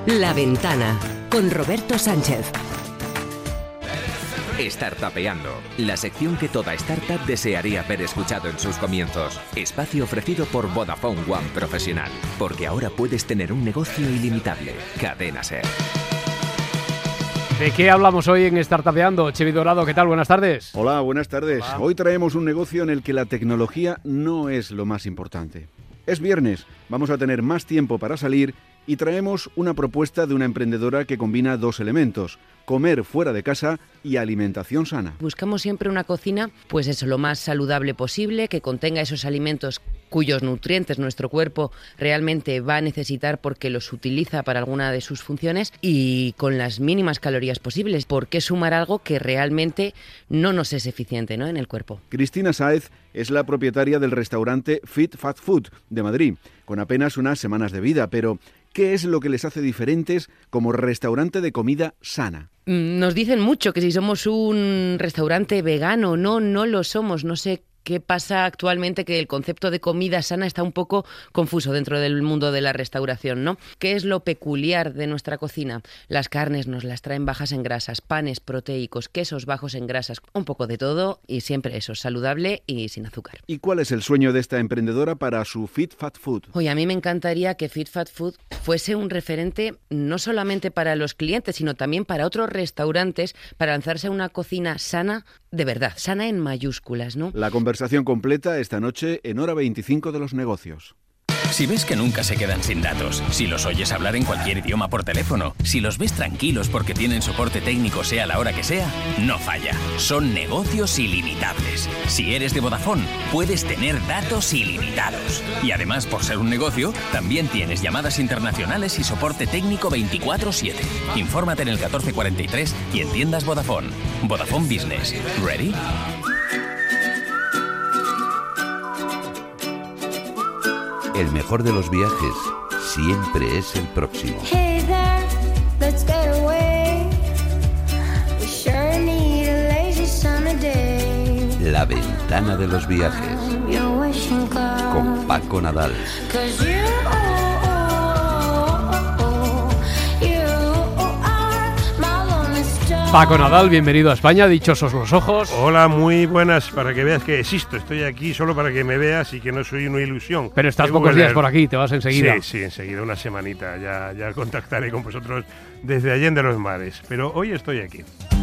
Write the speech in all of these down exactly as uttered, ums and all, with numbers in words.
La Ventana, con Roberto Sánchez. Startupeando, la sección que toda startup desearía haber escuchado en sus comienzos. Espacio ofrecido por Vodafone One Profesional, porque ahora puedes tener un negocio ilimitable. Cadena Ser. ¿De qué hablamos hoy en Startupeando? Chevy Dorado, ¿qué tal? Buenas tardes. Hola, buenas tardes. Hola. Hoy traemos un negocio en el que la tecnología no es lo más importante. Es viernes, vamos a tener más tiempo para salir y traemos una propuesta de una emprendedora que combina dos elementos: comer fuera de casa y alimentación sana. Buscamos siempre una cocina, pues eso, lo más saludable posible, que contenga esos alimentos cuyos nutrientes nuestro cuerpo realmente va a necesitar porque los utiliza para alguna de sus funciones, y con las mínimas calorías posibles. ¿Por qué sumar algo que realmente no nos es eficiente, ¿no?, en el cuerpo? Cristina Sáez es la propietaria del restaurante Fit Fat Food de Madrid, con apenas unas semanas de vida, pero ¿qué es lo que les hace diferentes como restaurante de comida sana? Nos dicen mucho que si somos un restaurante vegano. No, no lo somos. No sé qué pasa actualmente, que el concepto de comida sana está un poco confuso dentro del mundo de la restauración, ¿no? ¿Qué es lo peculiar de nuestra cocina? Las carnes nos las traen bajas en grasas, panes proteicos, quesos bajos en grasas, un poco de todo, y siempre eso, saludable y sin azúcar. ¿Y cuál es el sueño de esta emprendedora para su Fit Fat Food? Oye, a mí me encantaría que Fit Fat Food fuese un referente no solamente para los clientes, sino también para otros restaurantes, para lanzarse a una cocina sana, de verdad, sana en mayúsculas, ¿no? La conversación completa esta noche en Hora veinticinco de los negocios. Si ves que nunca se quedan sin datos, si los oyes hablar en cualquier idioma por teléfono, si los ves tranquilos porque tienen soporte técnico sea la hora que sea, no falla. Son negocios ilimitables. Si eres de Vodafone, puedes tener datos ilimitados. Y además, por ser un negocio, también tienes llamadas internacionales y soporte técnico veinticuatro siete. Infórmate en el catorce cuarenta y tres y en tiendas Vodafone. Vodafone Business. ¿Ready? El mejor de los viajes siempre es el próximo. Hey there, let's get away. We sure need a lazy summer day. La Ventana de los viajes. Your wishing cloud. Con Paco Nadal. 'Cause you, oh, oh, oh, you are my lonely star. Paco Nadal, bienvenido a España, dichosos los ojos. Hola, muy buenas, para que veas que existo. Estoy aquí solo para que me veas y que no soy una ilusión. Pero estás Que pocos Google días Earth. por aquí, te vas enseguida. Sí, sí, enseguida, una semanita. Ya, ya contactaré con vosotros desde Allende los Mares. Pero hoy estoy aquí.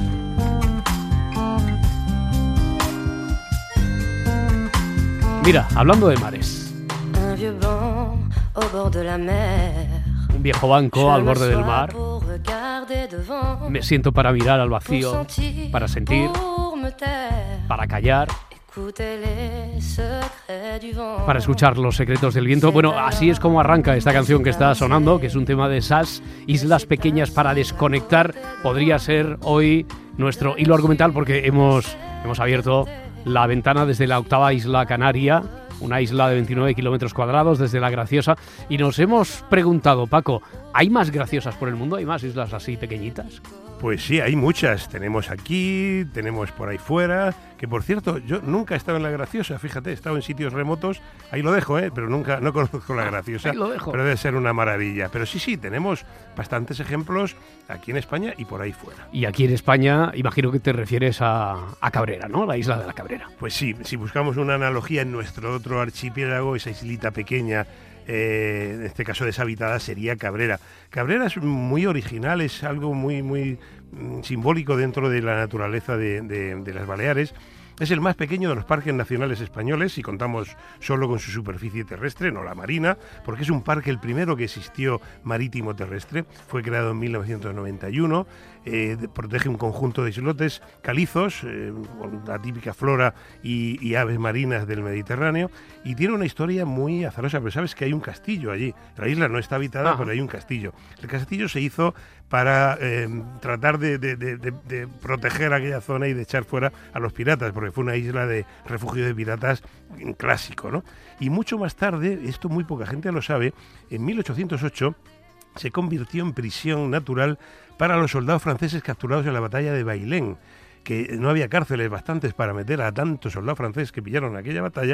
Mira, hablando de mares, Un vieux banc au bord de la mer. un viejo banco al borde del mar. Pour regarder devant. Me siento para mirar al Pour vacío, sentir, para sentir, pour me taire. para callar, Écouter les secrets du vent. para escuchar los secretos del viento. Bueno, así es como arranca esta canción que está sonando, que es un tema de Sass, Islas Pequeñas para Desconectar. Podría ser hoy nuestro hilo argumental, porque hemos, hemos abierto la ventana desde la octava isla canaria, una isla de veintinueve kilómetros cuadrados, desde La Graciosa, y nos hemos preguntado, Paco, ¿hay más graciosas por el mundo? ¿Hay más islas así pequeñitas? Pues sí, hay muchas. Tenemos aquí, tenemos por ahí fuera. Que por cierto, yo nunca he estado en La Graciosa, fíjate, he estado en sitios remotos. Ahí lo dejo, ¿eh? Pero nunca, no conozco La Graciosa. Ahí lo dejo. Pero debe ser una maravilla. Pero sí, sí, tenemos bastantes ejemplos aquí en España y por ahí fuera. Y aquí en España, imagino que te refieres a, a Cabrera, ¿no? La isla de la Cabrera. Pues sí, si buscamos una analogía en nuestro otro archipiélago, esa islita pequeña, eh, en este caso deshabitada, sería Cabrera. Cabrera es muy original, es algo muy, muy mm, simbólico dentro de la naturaleza de, de, de las Baleares. Es el más pequeño de los parques nacionales españoles, si contamos solo con su superficie terrestre, no la marina, porque es un parque el primero que existió marítimo terrestre. Fue creado en mil novecientos noventa y uno, eh, protege un conjunto de islotes calizos, eh, con la típica flora y, y aves marinas del Mediterráneo, y tiene una historia muy azarosa, pero sabes que hay un castillo allí. La isla no está habitada, Ajá. pero hay un castillo. El castillo se hizo para eh, tratar de, de, de, de, de proteger aquella zona y de echar fuera a los piratas, porque fue una isla de refugio de piratas clásico, ¿no? Y mucho más tarde, esto muy poca gente lo sabe, en mil ochocientos ocho se convirtió en prisión natural para los soldados franceses capturados en la batalla de Bailén, que no había cárceles bastantes para meter a tantos soldados franceses que pillaron aquella batalla,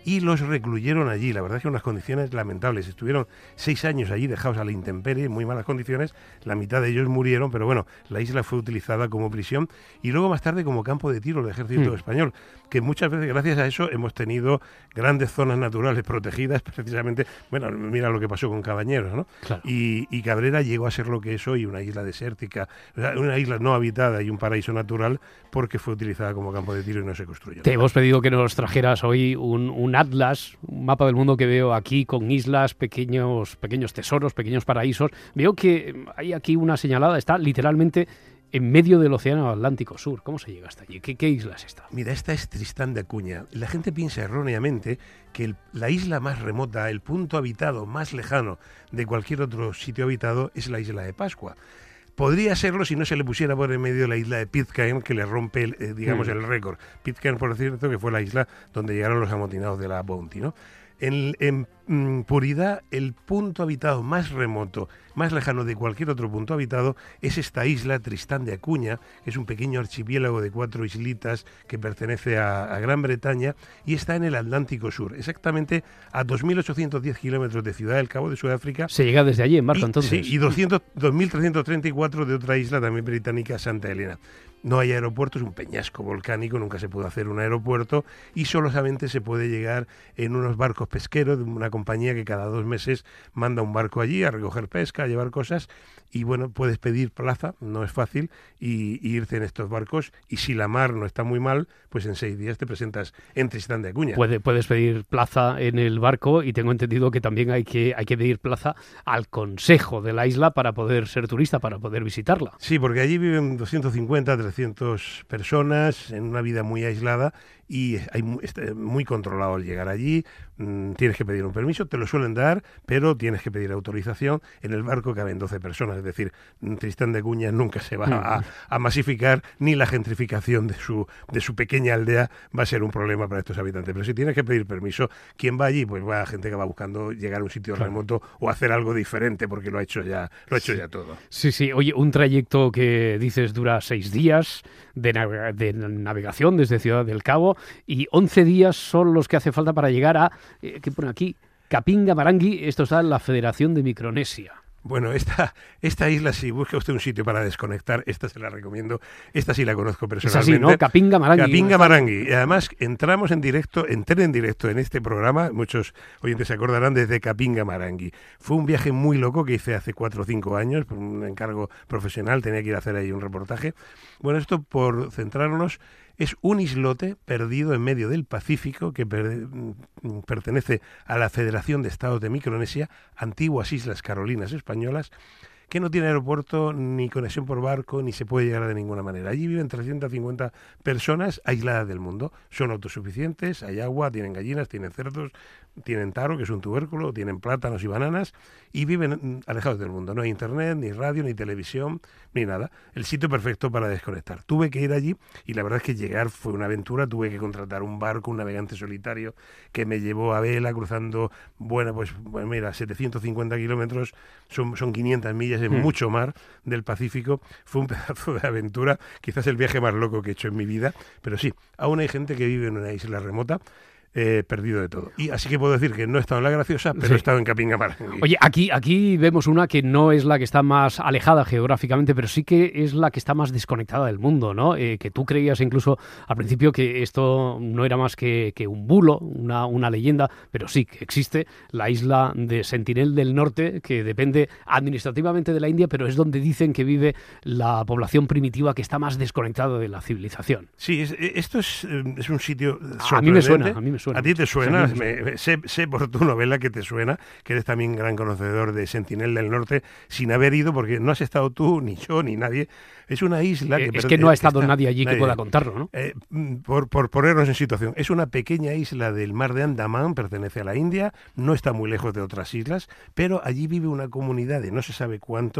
y los recluyeron allí. La verdad es que unas condiciones lamentables. Estuvieron seis años allí dejados a la intemperie, en muy malas condiciones. La mitad de ellos murieron, pero bueno, la isla fue utilizada como prisión y luego más tarde como campo de tiro del ejército mm. español, que muchas veces gracias a eso hemos tenido grandes zonas naturales protegidas, precisamente, bueno, mira lo que pasó con Cabañeros, ¿no? Claro. Y, y Cabrera llegó a ser lo que es hoy, una isla desértica, una isla no habitada y un paraíso natural, porque fue utilizada como campo de tiro y no se construyó. Te hemos pedido que nos trajeras hoy un, un atlas, un mapa del mundo que veo aquí con islas, pequeños, pequeños tesoros, pequeños paraísos. Veo que hay aquí una señalada, está literalmente en medio del Océano Atlántico Sur. ¿Cómo se llega hasta allí? ¿Qué, qué isla es esta? Mira, esta es Tristán de Acuña. La gente piensa erróneamente que el, la isla más remota, el punto habitado más lejano de cualquier otro sitio habitado es la isla de Pascua. Podría serlo si no se le pusiera por en medio la isla de Pitcairn, que le rompe, el, eh, digamos, mm. el récord. Pitcairn, por cierto, que fue la isla donde llegaron los amotinados de la Bounty, ¿no? En, en mm, puridad, el punto habitado más remoto, más lejano de cualquier otro punto habitado, es esta isla, Tristán de Acuña, que es un pequeño archipiélago de cuatro islitas que pertenece a, a Gran Bretaña y está en el Atlántico Sur, exactamente a dos mil ochocientos diez kilómetros de Ciudad del Cabo, de Sudáfrica. Se llega desde allí en barco, y, entonces. Sí, y dos mil trescientos treinta y cuatro de otra isla también británica, Santa Elena. No hay aeropuerto, es un peñasco volcánico, nunca se pudo hacer un aeropuerto y solamente se puede llegar en unos barcos pesqueros de una compañía que cada dos meses manda un barco allí a recoger pesca, a llevar cosas y bueno, puedes pedir plaza, no es fácil, y, y irte en estos barcos y si la mar no está muy mal, pues en seis días te presentas en Tristán de Acuña. Puede, puedes pedir plaza en el barco y tengo entendido que también hay que, hay que pedir plaza al consejo de la isla para poder ser turista, para poder visitarla. Sí, porque allí viven doscientos cincuenta, trescientas personas en una vida muy aislada y hay está muy controlado el llegar allí. Mmm, tienes que pedir un permiso, te lo suelen dar, pero tienes que pedir autorización. En el barco caben doce personas, es decir, Tristán de Acuña nunca se va a, a masificar, ni la gentrificación de su, de su pequeña aldea va a ser un problema para estos habitantes. Pero si tienes que pedir permiso, ¿quién va allí? Pues va gente que va buscando llegar a un sitio claro. remoto o hacer algo diferente, porque lo ha hecho ya, lo ha hecho ya todo. Sí, sí. Oye, un trayecto que dices dura seis días de, nav- de navegación desde Ciudad del Cabo y once días son los que hace falta para llegar a, eh, ¿qué pone aquí? Kapinga Marangui, esto está en la Federación de Micronesia. Bueno, esta, esta isla, si busca usted un sitio para desconectar, esta se la recomiendo. Esta sí la conozco personalmente. Es así, ¿no? Kapinga Marangui. Kapinga Marangui. Y además entramos en directo, entré en directo en este programa, muchos oyentes se acordarán, desde Kapinga Marangui. Fue un viaje muy loco que hice hace cuatro o cinco años, por un encargo profesional, tenía que ir a hacer ahí un reportaje. Bueno, esto por centrarnos, es un islote perdido en medio del Pacífico que per, pertenece a la Federación de Estados de Micronesia, antiguas Islas Carolinas Españolas, que no tiene aeropuerto ni conexión por barco, ni se puede llegar de ninguna manera. Allí viven trescientas cincuenta personas aisladas del mundo. Son autosuficientes, hay agua, tienen gallinas, tienen cerdos, tienen taro, que es un tubérculo, tienen plátanos y bananas, y viven alejados del mundo. No hay internet, ni radio, ni televisión, ni nada. El sitio perfecto para desconectar. Tuve que ir allí, y la verdad es que llegar fue una aventura. Tuve que contratar un barco, un navegante solitario, que me llevó a vela, cruzando, bueno, pues, bueno, mira, setecientos cincuenta kilómetros, son, son quinientas millas, en mm. mucho mar del Pacífico. Fue un pedazo de aventura, quizás el viaje más loco que he hecho en mi vida, pero sí, aún hay gente que vive en una isla remota, Eh, perdido de todo. Y así que puedo decir que no he estado en La Graciosa, pero sí. he estado en Kapinga Marangui. Oye, aquí, aquí vemos una que no es la que está más alejada geográficamente, pero sí que es la que está más desconectada del mundo, ¿no? Eh, que tú creías incluso al principio que esto no era más que, que un bulo, una, una leyenda, pero sí que existe la isla de Sentinel del Norte, que depende administrativamente de la India, pero es donde dicen que vive la población primitiva que está más desconectada de la civilización. Sí, es, esto es, es un sitio sorprendente. A mí me suena, a mí me suena. ¿A ti te suena? Sí, me, me, sé, sé por tu novela que te suena, que eres también gran conocedor de Sentinel del Norte, sin haber ido, porque no has estado tú, ni yo, ni nadie. Es una isla que... Eh, es que no ha estado está, nadie allí nadie, que pueda contarlo, ¿no? Eh, por, por ponernos en situación, es una pequeña isla del mar de Andamán, pertenece a la India, no está muy lejos de otras islas, pero allí vive una comunidad de no se sabe cuántos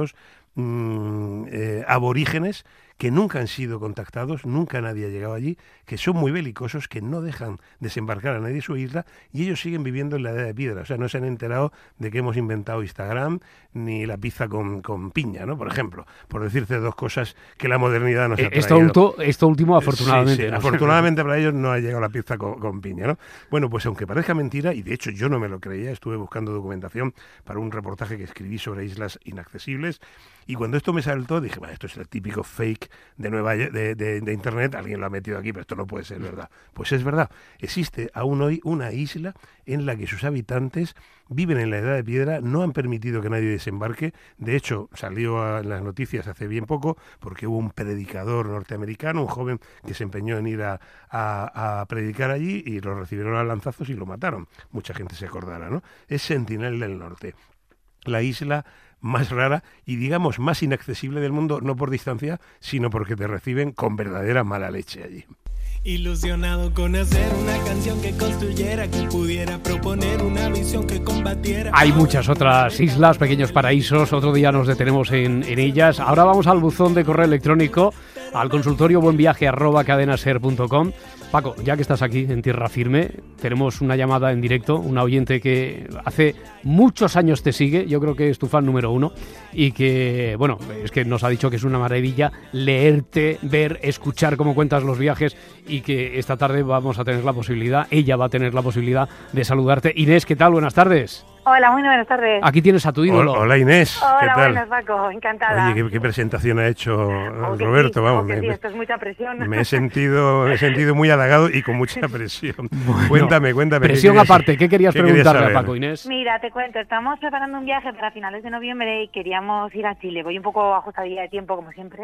mmm, eh, aborígenes que nunca han sido contactados, nunca nadie ha llegado allí, que son muy belicosos, que no dejan desembarcar a nadie en su isla y ellos siguen viviendo en la edad de piedra. O sea, no se han enterado de que hemos inventado Instagram ni la pizza con, con piña, ¿no? Por ejemplo, por decirte dos cosas que la modernidad nos ha traído. Esto, ulto, esto último, afortunadamente. Sí, sí, ¿no? Afortunadamente para ellos no ha llegado la pizza con, con piña, ¿no? Bueno, pues aunque parezca mentira, y de hecho yo no me lo creía, estuve buscando documentación para un reportaje que escribí sobre islas inaccesibles, y cuando esto me saltó dije, bueno, esto es el típico fake de Nueva de, de, de Internet, alguien lo ha metido aquí, pero esto no puede ser verdad. Pues es verdad, existe aún hoy una isla en la que sus habitantes viven en la edad de piedra, no han permitido que nadie desembarque. De hecho, salió en las noticias hace bien poco porque hubo un predicador norteamericano, un joven que se empeñó en ir a, a, a predicar allí y lo recibieron a lanzazos y lo mataron. Mucha gente se acordará, ¿no? Es Sentinel del Norte, la isla más rara y, digamos, más inaccesible del mundo, no por distancia, sino porque te reciben con verdadera mala leche allí. Ilusionado con hacer una canción que construyera, que pudiera proponer una visión que combatiera. Hay muchas otras islas, pequeños paraísos, otro día nos detenemos en, en ellas. Ahora vamos al buzón de correo electrónico, al consultorio buenviaje arroba cadenaser punto com. Paco, ya que estás aquí en tierra firme, tenemos una llamada en directo, una oyente que hace muchos años te sigue, yo creo que es tu fan número uno, y que, bueno, es que nos ha dicho que es una maravilla leerte, ver, escuchar cómo cuentas los viajes, y que esta tarde vamos a tener la posibilidad, ella va a tener la posibilidad de saludarte. Inés, ¿qué tal? Buenas tardes. Hola, muy buenas tardes. Aquí tienes a tu ídolo. Hola, Inés. Hola, ¿qué tal? buenas, Paco, encantada. Oye, ¿qué, qué presentación ha hecho oh, Roberto? Sí, Vamos, oh, me, sí, esto es mucha presión. Me he sentido, me he sentido muy halagado y con mucha presión. Bueno, cuéntame, cuéntame. Presión ¿qué querías, aparte, ¿qué querías ¿qué preguntarle querías a Paco, Inés? Mira, te cuento, estamos preparando un viaje para finales de noviembre y queríamos ir a Chile. Voy un poco ajustadilla de tiempo, como siempre,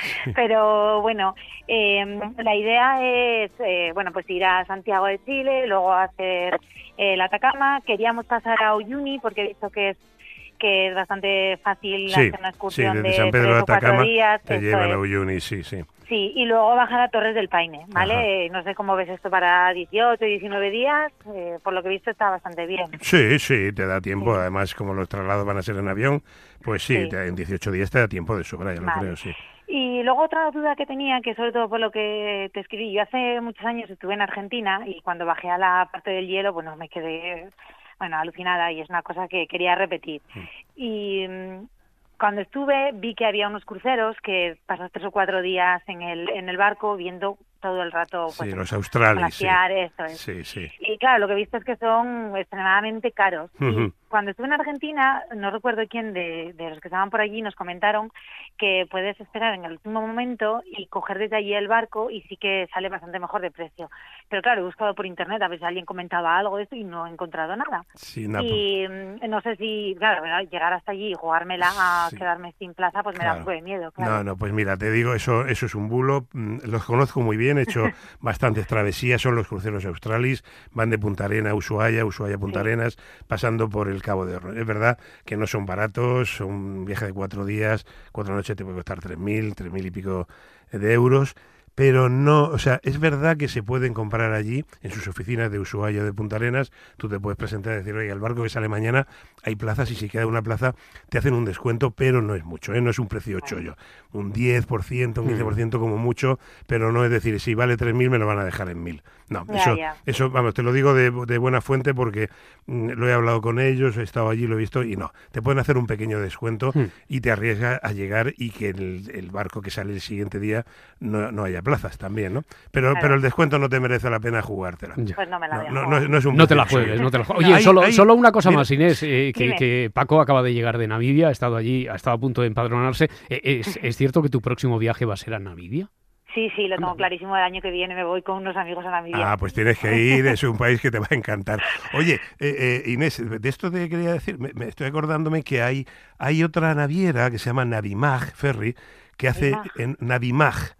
pero bueno, eh, la idea es, eh, bueno, pues ir a Santiago de Chile, luego hacer eh, el Atacama. Queríamos pasar a Uyuni porque he visto que es que es bastante fácil sí, hacer una excursión sí, desde de San Pedro tres o cuatro Atacama días. Te llevan a Uyuni, sí, sí. Sí, y luego bajar a Torres del Paine, ¿vale? Eh, no sé cómo ves esto para dieciocho, diecinueve días, eh, por lo que he visto está bastante bien. Sí, sí, te da tiempo, sí. Además como los traslados van a ser en avión, pues sí, sí. Te, en dieciocho días te da tiempo de sobra, ya vale. Lo creo, sí. Y luego otra duda que tenía, que sobre todo por lo que te escribí, yo hace muchos años estuve en Argentina y cuando bajé a la parte del hielo, bueno, me quedé, bueno, alucinada y es una cosa que quería repetir. Sí. Y cuando estuve vi que había unos cruceros que pasas tres o cuatro días en el en el barco viendo todo el rato pues, sí, los australes, sí. Esto es. Sí, sí. Y claro, lo que he visto es que son extremadamente caros. Uh-huh. Y cuando estuve en Argentina, no recuerdo quién de, de los que estaban por allí nos comentaron que puedes esperar en el último momento y coger desde allí el barco y sí que sale bastante mejor de precio. Pero claro, he buscado por internet a ver si alguien comentaba algo de esto y no he encontrado nada. Sí, no, y pues... no sé si, claro, llegar hasta allí y jugármela a sí. quedarme sin plaza, pues me claro. da un poco de miedo. Claro. No, no, pues mira, te digo, eso eso es un bulo. Los conozco muy bien, he hecho bastantes travesías, son los cruceros australis, van de Punta Arenas a Ushuaia, Ushuaia a Punta sí. Arenas, pasando por el Cabo de Hornos. Es verdad que no son baratos, son un viaje de cuatro días, cuatro noches te puede costar tres mil, tres mil y pico de euros, pero no, o sea, es verdad que se pueden comprar allí, en sus oficinas de Ushuaia o de Punta Arenas, tú te puedes presentar y decir, oye, el barco que sale mañana, hay plazas y si queda una plaza te hacen un descuento, pero no es mucho, ¿eh? No es un precio chollo, un diez por ciento, un quince por ciento como mucho, pero no es decir, si vale tres mil me lo van a dejar en mil. No, ya, eso, ya. eso, vamos, te lo digo de, de buena fuente porque mm, lo he hablado con ellos, he estado allí, lo he visto y no, te pueden hacer un pequeño descuento hmm. y te arriesga a llegar y que el, el barco que sale el siguiente día no, no haya plazas también, ¿no? Pero, claro. pero el descuento no te merece la pena jugártela. Pues no me la no, no, no, no es un No te la juegues, no te la juegues. Oye, hay, solo, hay, solo una cosa mira, más, Inés, eh, que, que Paco acaba de llegar de Namibia, ha estado allí, ha estado a punto de empadronarse. Eh, ¿es, ¿Es cierto que tu próximo viaje va a ser a Namibia? Sí, sí, lo tengo clarísimo. El año que viene me voy con unos amigos a Namibia. Ah, pues tienes que ir, es un país que te va a encantar. Oye, eh, eh, Inés, de esto te quería decir, me, me estoy acordándome que hay, hay otra naviera que se llama Navimag Ferry, que hace en Navimag,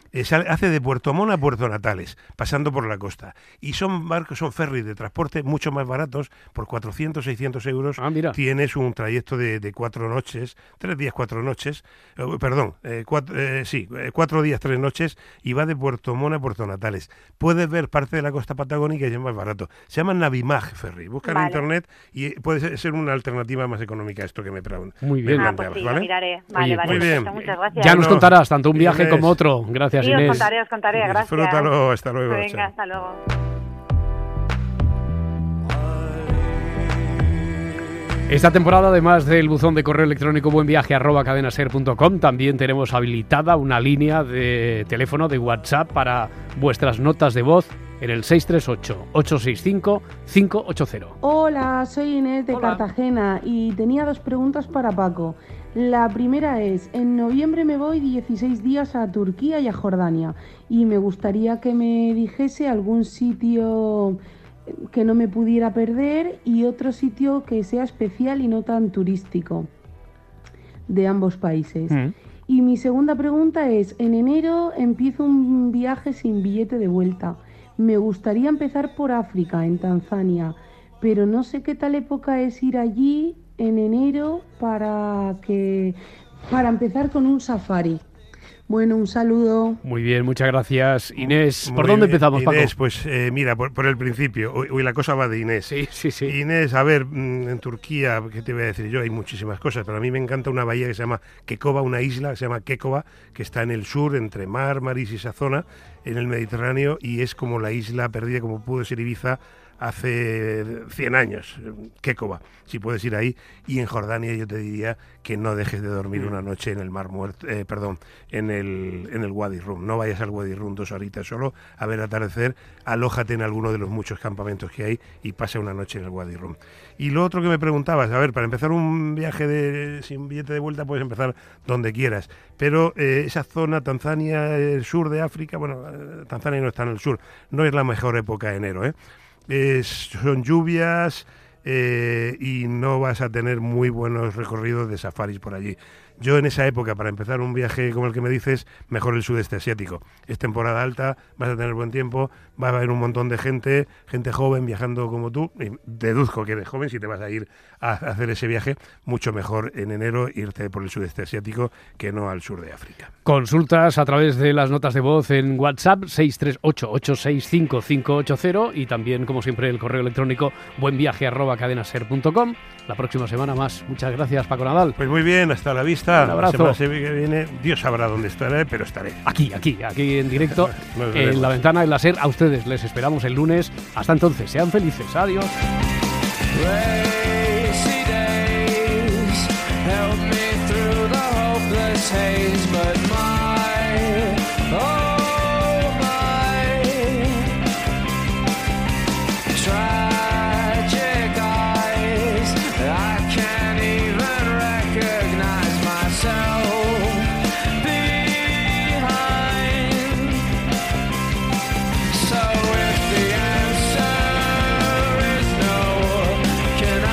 Eh, sale, hace de Puerto Montt a Puerto Natales, pasando por la costa. Y son barcos, son ferries de transporte mucho más baratos, por cuatrocientos, seiscientos euros. Ah, mira. Tienes un trayecto de, de cuatro noches, tres días, cuatro noches, eh, perdón, eh, cuatro, eh, sí, eh, cuatro días, tres noches, y va de Puerto Montt a Puerto Natales. Puedes ver parte de la costa patagónica y es más barato. Se llama Navimag Ferry. Busca Vale. en internet y puede ser una alternativa más económica a esto que me preguntan. Muy bien. Ah, pues sí, lo miraré. Vale, Oye, vale, muy bien. perfecto, muchas gracias. Ya nos No, contarás tanto un viaje Inés. como otro. Gracias, Sí, Inés. os contaré, os contaré, gracias. Disfrútalo, hasta luego. Venga, chao. hasta luego. Esta temporada, además del buzón de correo electrónico buenviaje arroba cadenaser punto com, también tenemos habilitada una línea de teléfono de WhatsApp para vuestras notas de voz en el seis tres ocho, ocho seis cinco, cinco ocho cero. Hola, soy Inés de Hola. Cartagena y tenía dos preguntas para Paco. La primera es, en noviembre me voy dieciséis días a Turquía y a Jordania y me gustaría que me dijese algún sitio que no me pudiera perder y otro sitio que sea especial y no tan turístico de ambos países. Mm. Y mi segunda pregunta es, en enero empiezo un viaje sin billete de vuelta. Me gustaría empezar por África, en Tanzania, pero no sé qué tal época es ir allí en enero para que para empezar con un safari. Bueno, un saludo. Muy bien, muchas gracias, Inés. ¿Por Muy dónde bien, empezamos, Paco? Inés, pues eh, mira, por, por el principio. Hoy, hoy la cosa va de Inés. Sí, sí, sí. Inés, a ver, mm, en Turquía, ¿qué te voy a decir yo? Hay muchísimas cosas, pero a mí me encanta una bahía que se llama Kekova, una isla que se llama Kekova, que está en el sur, entre Mármaris y esa zona, en el Mediterráneo, y es como la isla perdida, como pudo ser Ibiza hace cien años, Kekova, si puedes ir ahí. Y en Jordania yo te diría que no dejes de dormir una noche en el Mar Muerto, eh, perdón, en el, en el Wadi Rum. No vayas al Wadi Rum dos horitas solo a ver atardecer, alójate en alguno de los muchos campamentos que hay y pasa una noche en el Wadi Rum. Y lo otro que me preguntabas, a ver, para empezar un viaje de, sin billete de vuelta puedes empezar donde quieras, pero eh, esa zona, Tanzania, el sur de África, bueno, eh, Tanzania no está en el sur, no es la mejor época de enero, ¿eh? Es, son lluvias eh, y no vas a tener muy buenos recorridos de safaris por allí. Yo en esa época, para empezar un viaje como el que me dices, mejor el sudeste asiático. Es temporada alta, vas a tener buen tiempo, va a haber un montón de gente, gente joven viajando como tú. Y deduzco que eres joven si te vas a ir a hacer ese viaje, mucho mejor en enero irte por el sudeste asiático que no al sur de África. Consultas a través de las notas de voz en WhatsApp seis tres ocho, ocho seis cinco, cinco ocho cero y también, como siempre, el correo electrónico buenviaje arroba cadenaser punto com. La próxima semana más. Muchas gracias, Paco Nadal. Pues muy bien, hasta la vista. Un abrazo. La semana que viene, Dios sabrá dónde estaré, pero estaré. Aquí, aquí, aquí en directo, Nos en veremos. La Ventana, en la SER. A ustedes les esperamos el lunes. Hasta entonces, sean felices. Adiós. Racy days help me through the hopeless haze, but my, oh my, tragic eyes, I can't even recognize myself behind. So if the answer is no, can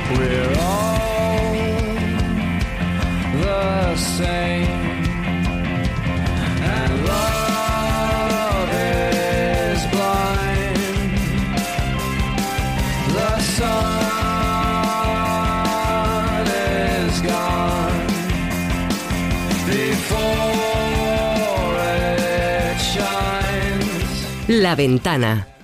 We're all the same, and love is blind. The sun is gone before it shines. La Ventana.